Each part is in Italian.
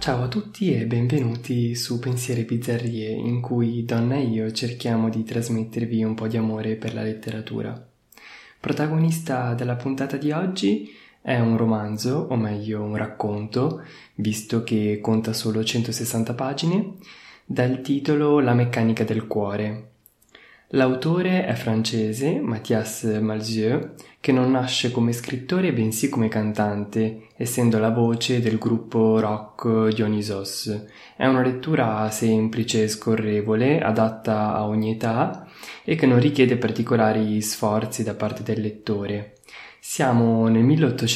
Ciao a tutti e benvenuti su Pensieri e Bizzarrie, in cui Donna e io cerchiamo di trasmettervi un po' di amore per la letteratura. Protagonista della puntata di oggi è un romanzo, o meglio un racconto, visto che conta solo 160 pagine, dal titolo La meccanica del cuore. L'autore è francese, Mathias Malzieu, che non nasce come scrittore bensì come cantante, essendo la voce del gruppo rock Dionysos. È una lettura semplice e scorrevole, adatta a ogni età e che non richiede particolari sforzi da parte del lettore. Siamo nel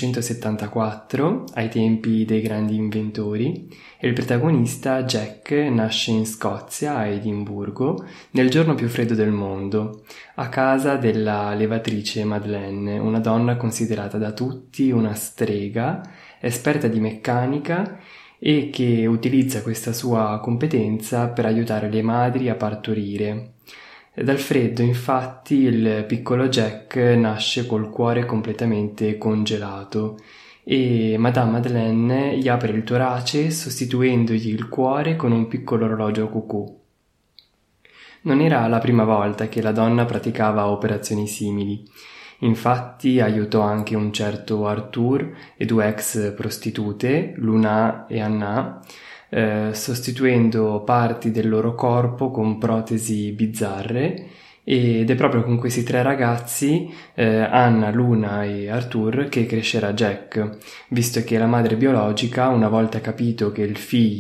1874, ai tempi dei grandi inventori, e il protagonista, Jack, nasce in Scozia, a Edimburgo, nel giorno più freddo del mondo, a casa della levatrice Madeleine, una donna considerata da tutti una strega, esperta di meccanica e che utilizza questa sua competenza per aiutare le madri a partorire. Dal freddo, infatti, il piccolo Jack nasce col cuore completamente congelato e Madame Madeleine gli apre il torace sostituendogli il cuore con un piccolo orologio a cucù. Non era la prima volta che la donna praticava operazioni simili. Infatti aiutò anche un certo Arthur e due ex prostitute, Luna e Anna, sostituendo parti del loro corpo con protesi bizzarre, ed è proprio con questi tre ragazzi, Anna, Luna e Arthur, che crescerà Jack, visto che la madre biologica, una volta capito che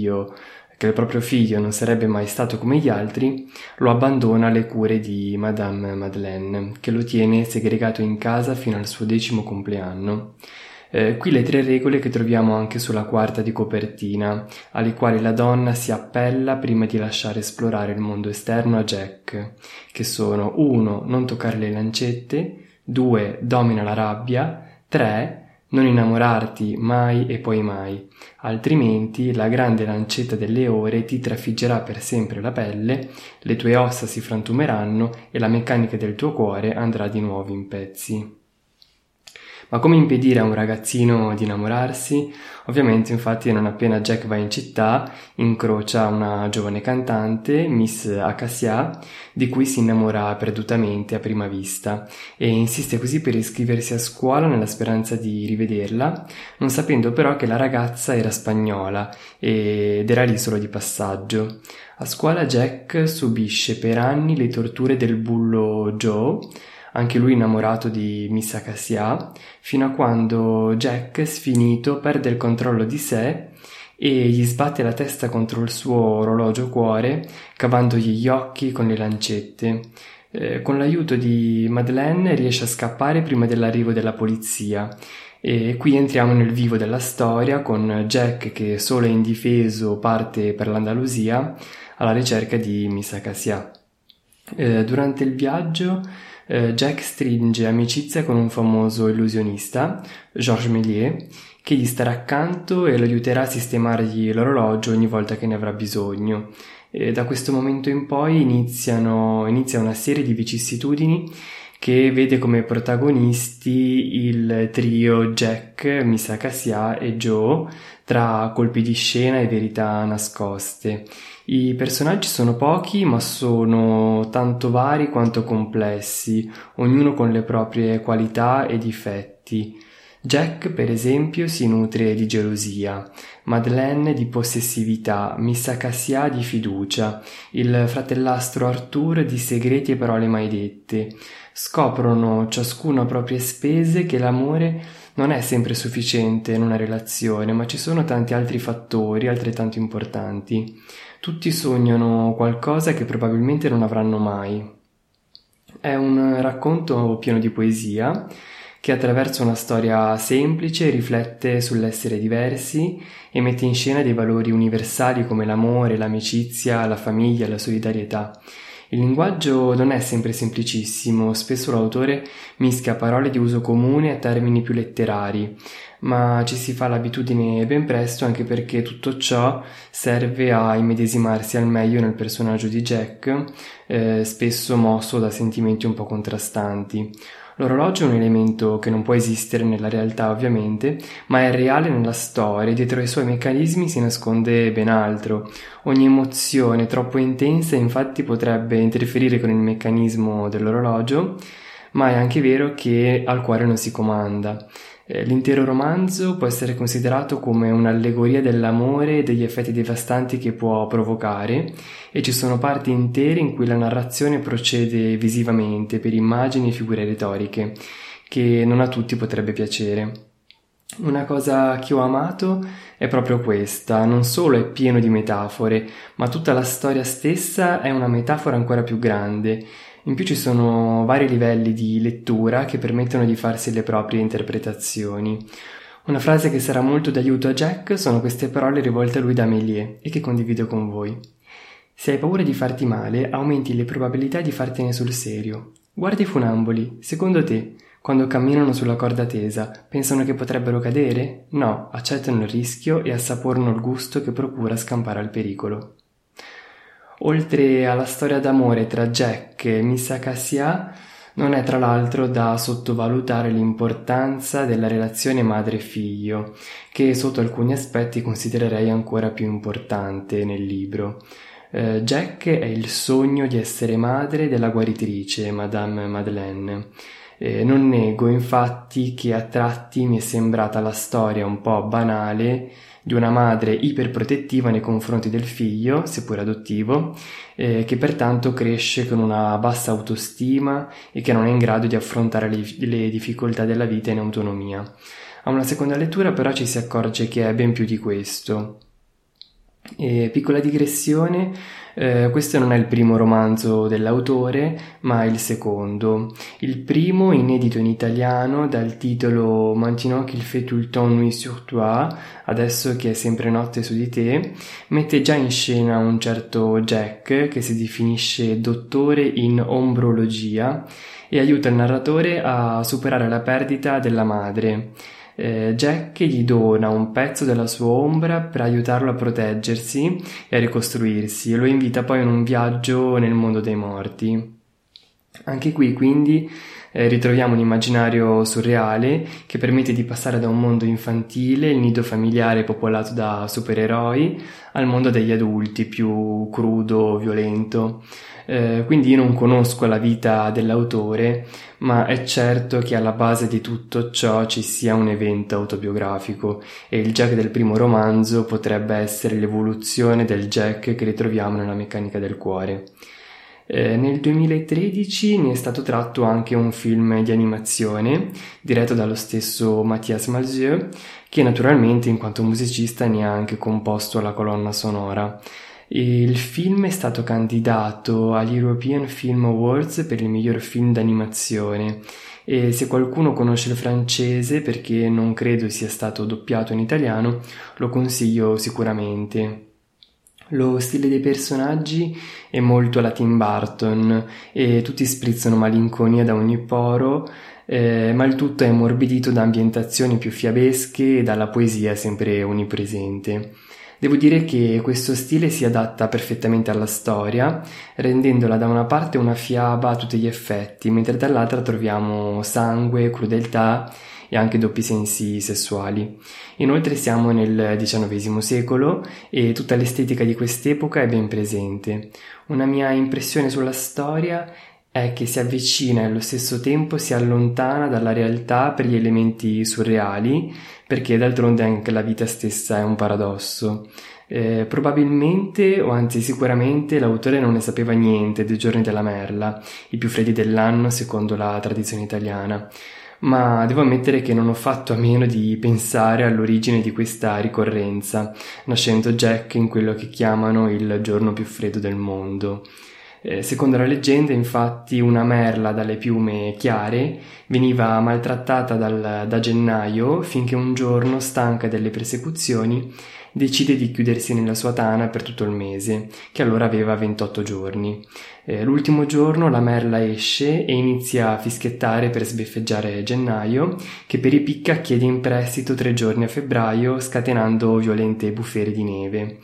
il proprio figlio non sarebbe mai stato come gli altri, lo abbandona alle cure di Madame Madeleine, che lo tiene segregato in casa fino al suo 10° compleanno. Qui le 3 regole che troviamo anche sulla quarta di copertina, alle quali la donna si appella prima di lasciare esplorare il mondo esterno a Jack, che sono 1. Non toccare le lancette, 2. Domina la rabbia, 3. Non innamorarti mai e poi mai, altrimenti la grande lancetta delle ore ti trafiggerà per sempre la pelle, le tue ossa si frantumeranno e la meccanica del tuo cuore andrà di nuovo in pezzi. Ma come impedire a un ragazzino di innamorarsi? Ovviamente, infatti, non appena Jack va in città, incrocia una giovane cantante, Miss Acacia, di cui si innamora perdutamente a prima vista e insiste così per iscriversi a scuola nella speranza di rivederla, non sapendo però che la ragazza era spagnola ed era lì solo di passaggio. A scuola Jack subisce per anni le torture del bullo Joe, anche lui innamorato di Miss Acacia, fino a quando Jack, sfinito, perde il controllo di sé e gli sbatte la testa contro il suo orologio cuore, cavandogli gli occhi con le lancette. Con l'aiuto di Madeleine riesce a scappare prima dell'arrivo della polizia. E qui entriamo nel vivo della storia, con Jack che, solo e indifeso, parte per l'Andalusia alla ricerca di Miss Acacia. Durante il viaggio Jack stringe amicizia con un famoso illusionista, Georges Méliès, che gli starà accanto e lo aiuterà a sistemargli l'orologio ogni volta che ne avrà bisogno. E da questo momento in poi inizia una serie di vicissitudini che vede come protagonisti il trio Jack, Miss Acacia e Joe, tra colpi di scena e verità nascoste. I personaggi sono pochi, ma sono tanto vari quanto complessi, ognuno con le proprie qualità e difetti. Jack, per esempio, si nutre di gelosia, Madeleine di possessività, Miss Acacia di fiducia, il fratellastro Arthur di segreti e parole mai dette. Scoprono ciascuno a proprie spese che l'amore non è sempre sufficiente in una relazione, ma ci sono tanti altri fattori altrettanto importanti. Tutti sognano qualcosa che probabilmente non avranno mai. È un racconto pieno di poesia che, attraverso una storia semplice, riflette sull'essere diversi e mette in scena dei valori universali come l'amore, l'amicizia, la famiglia, la solidarietà. Il linguaggio non è sempre semplicissimo, spesso l'autore mischia parole di uso comune a termini più letterari, ma ci si fa l'abitudine ben presto, anche perché tutto ciò serve a immedesimarsi al meglio nel personaggio di Jack, spesso mosso da sentimenti un po' contrastanti. L'orologio è un elemento che non può esistere nella realtà ovviamente, ma è reale nella storia e dietro ai suoi meccanismi si nasconde ben altro. Ogni emozione troppo intensa infatti potrebbe interferire con il meccanismo dell'orologio, ma è anche vero che al cuore non si comanda. L'intero romanzo può essere considerato come un'allegoria dell'amore e degli effetti devastanti che può provocare, e ci sono parti intere in cui la narrazione procede visivamente per immagini e figure retoriche, che non a tutti potrebbe piacere. Una cosa che ho amato è proprio questa: non solo è pieno di metafore, ma tutta la storia stessa è una metafora ancora più grande. In più ci sono vari livelli di lettura che permettono di farsi le proprie interpretazioni. Una frase che sarà molto d'aiuto a Jack sono queste parole rivolte a lui da Méliès e che condivido con voi. Se hai paura di farti male, aumenti le probabilità di fartene sul serio. Guarda i funamboli, secondo te, quando camminano sulla corda tesa, pensano che potrebbero cadere? No, accettano il rischio e assaporano il gusto che procura scampare al pericolo. Oltre alla storia d'amore tra Jack e Missa Cassia, non è tra l'altro da sottovalutare l'importanza della relazione madre-figlio, che sotto alcuni aspetti considererei ancora più importante nel libro. Jack è il sogno di essere madre della guaritrice, Madame Madeleine. Non nego infatti che a tratti mi è sembrata la storia un po' banale di una madre iperprotettiva nei confronti del figlio, seppur adottivo, che pertanto cresce con una bassa autostima e che non è in grado di affrontare le difficoltà della vita in autonomia. A una seconda lettura però ci si accorge che è ben più di questo. Piccola digressione, questo non è il primo romanzo dell'autore, ma il secondo. Il primo, inedito in italiano, dal titolo Maintenant qu'il fait tout le temps nuit sur toi, adesso che è sempre notte su di te, mette già in scena un certo Jack che si definisce dottore in ombrologia e aiuta il narratore a superare la perdita della madre. Jack gli dona un pezzo della sua ombra per aiutarlo a proteggersi e a ricostruirsi e lo invita poi in un viaggio nel mondo dei morti. Anche qui quindi ritroviamo un immaginario surreale che permette di passare da un mondo infantile, il nido familiare popolato da supereroi, al mondo degli adulti più crudo, violento. Quindi io non conosco la vita dell'autore, ma è certo che alla base di tutto ciò ci sia un evento autobiografico e il Jack del primo romanzo potrebbe essere l'evoluzione del Jack che ritroviamo nella Meccanica del cuore. Nel 2013 ne è stato tratto anche un film di animazione diretto dallo stesso Mathias Malzieu, che naturalmente in quanto musicista ne ha anche composto la colonna sonora. Il film è stato candidato agli European Film Awards per il miglior film d'animazione e se qualcuno conosce il francese, perché non credo sia stato doppiato in italiano, lo consiglio sicuramente. Lo stile dei personaggi è molto alla Tim Burton e tutti sprizzano malinconia da ogni poro, ma il tutto è ammorbidito da ambientazioni più fiabesche e dalla poesia sempre onnipresente. Devo dire che questo stile si adatta perfettamente alla storia, rendendola da una parte una fiaba a tutti gli effetti, mentre dall'altra troviamo sangue, crudeltà e anche doppi sensi sessuali. Inoltre siamo nel XIX secolo e tutta l'estetica di quest'epoca è ben presente. Una mia impressione sulla storia è che si avvicina e allo stesso tempo si allontana dalla realtà per gli elementi surreali, perché d'altronde anche la vita stessa è un paradosso. Probabilmente, o anzi sicuramente, l'autore non ne sapeva niente dei giorni della merla, i più freddi dell'anno secondo la tradizione italiana, ma devo ammettere che non ho fatto a meno di pensare all'origine di questa ricorrenza, nascendo Jack in quello che chiamano il giorno più freddo del mondo. Secondo la leggenda, infatti, una merla dalle piume chiare veniva maltrattata da gennaio finché un giorno, stanca delle persecuzioni, decide di chiudersi nella sua tana per tutto il mese, che allora aveva 28 giorni. L'ultimo giorno la merla esce e inizia a fischiettare per sbeffeggiare gennaio, che per i picca chiede in prestito 3 giorni a febbraio, scatenando violente bufere di neve.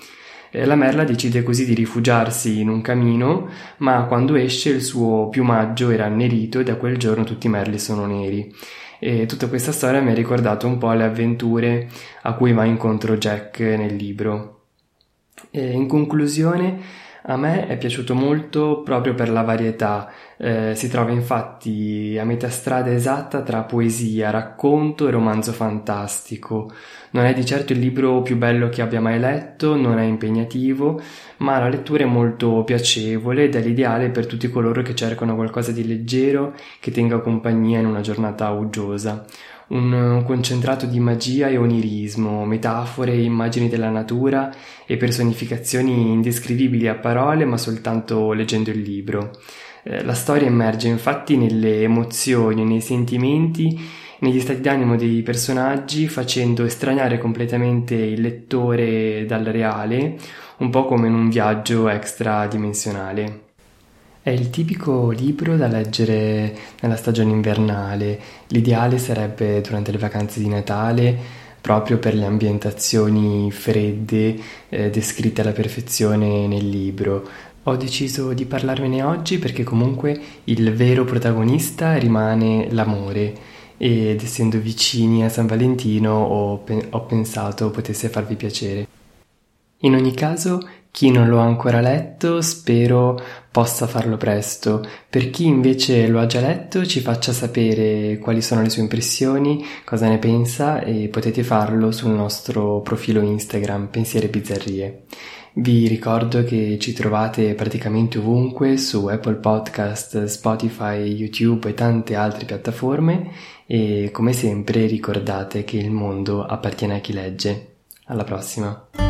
La merla decide così di rifugiarsi in un camino, ma quando esce il suo piumaggio era annerito e da quel giorno tutti i merli sono neri. E tutta questa storia mi ha ricordato un po' le avventure a cui va incontro Jack nel libro. E in conclusione, a me è piaciuto molto proprio per la varietà. Si trova infatti a metà strada esatta tra poesia, racconto e romanzo fantastico. Non è di certo il libro più bello che abbia mai letto, non è impegnativo, ma la lettura è molto piacevole ed è l'ideale per tutti coloro che cercano qualcosa di leggero che tenga compagnia in una giornata uggiosa. Un concentrato di magia e onirismo, metafore e immagini della natura e personificazioni indescrivibili a parole ma soltanto leggendo il libro. La storia immerge infatti nelle emozioni, nei sentimenti, negli stati d'animo dei personaggi, facendo estraniare completamente il lettore dal reale, un po' come in un viaggio extradimensionale. È il tipico libro da leggere nella stagione invernale. L'ideale sarebbe durante le vacanze di Natale, proprio per le ambientazioni fredde descritte alla perfezione nel libro. Ho deciso di parlarvene oggi perché comunque il vero protagonista rimane l'amore ed essendo vicini a San Valentino ho pensato potesse farvi piacere. In ogni caso, chi non lo ha ancora letto, spero possa farlo presto. Per chi invece lo ha già letto, ci faccia sapere quali sono le sue impressioni, cosa ne pensa e potete farlo sul nostro profilo Instagram Pensieri e Bizzarrie. Vi ricordo che ci trovate praticamente ovunque su Apple Podcast, Spotify, YouTube e tante altre piattaforme e come sempre ricordate che il mondo appartiene a chi legge. Alla prossima!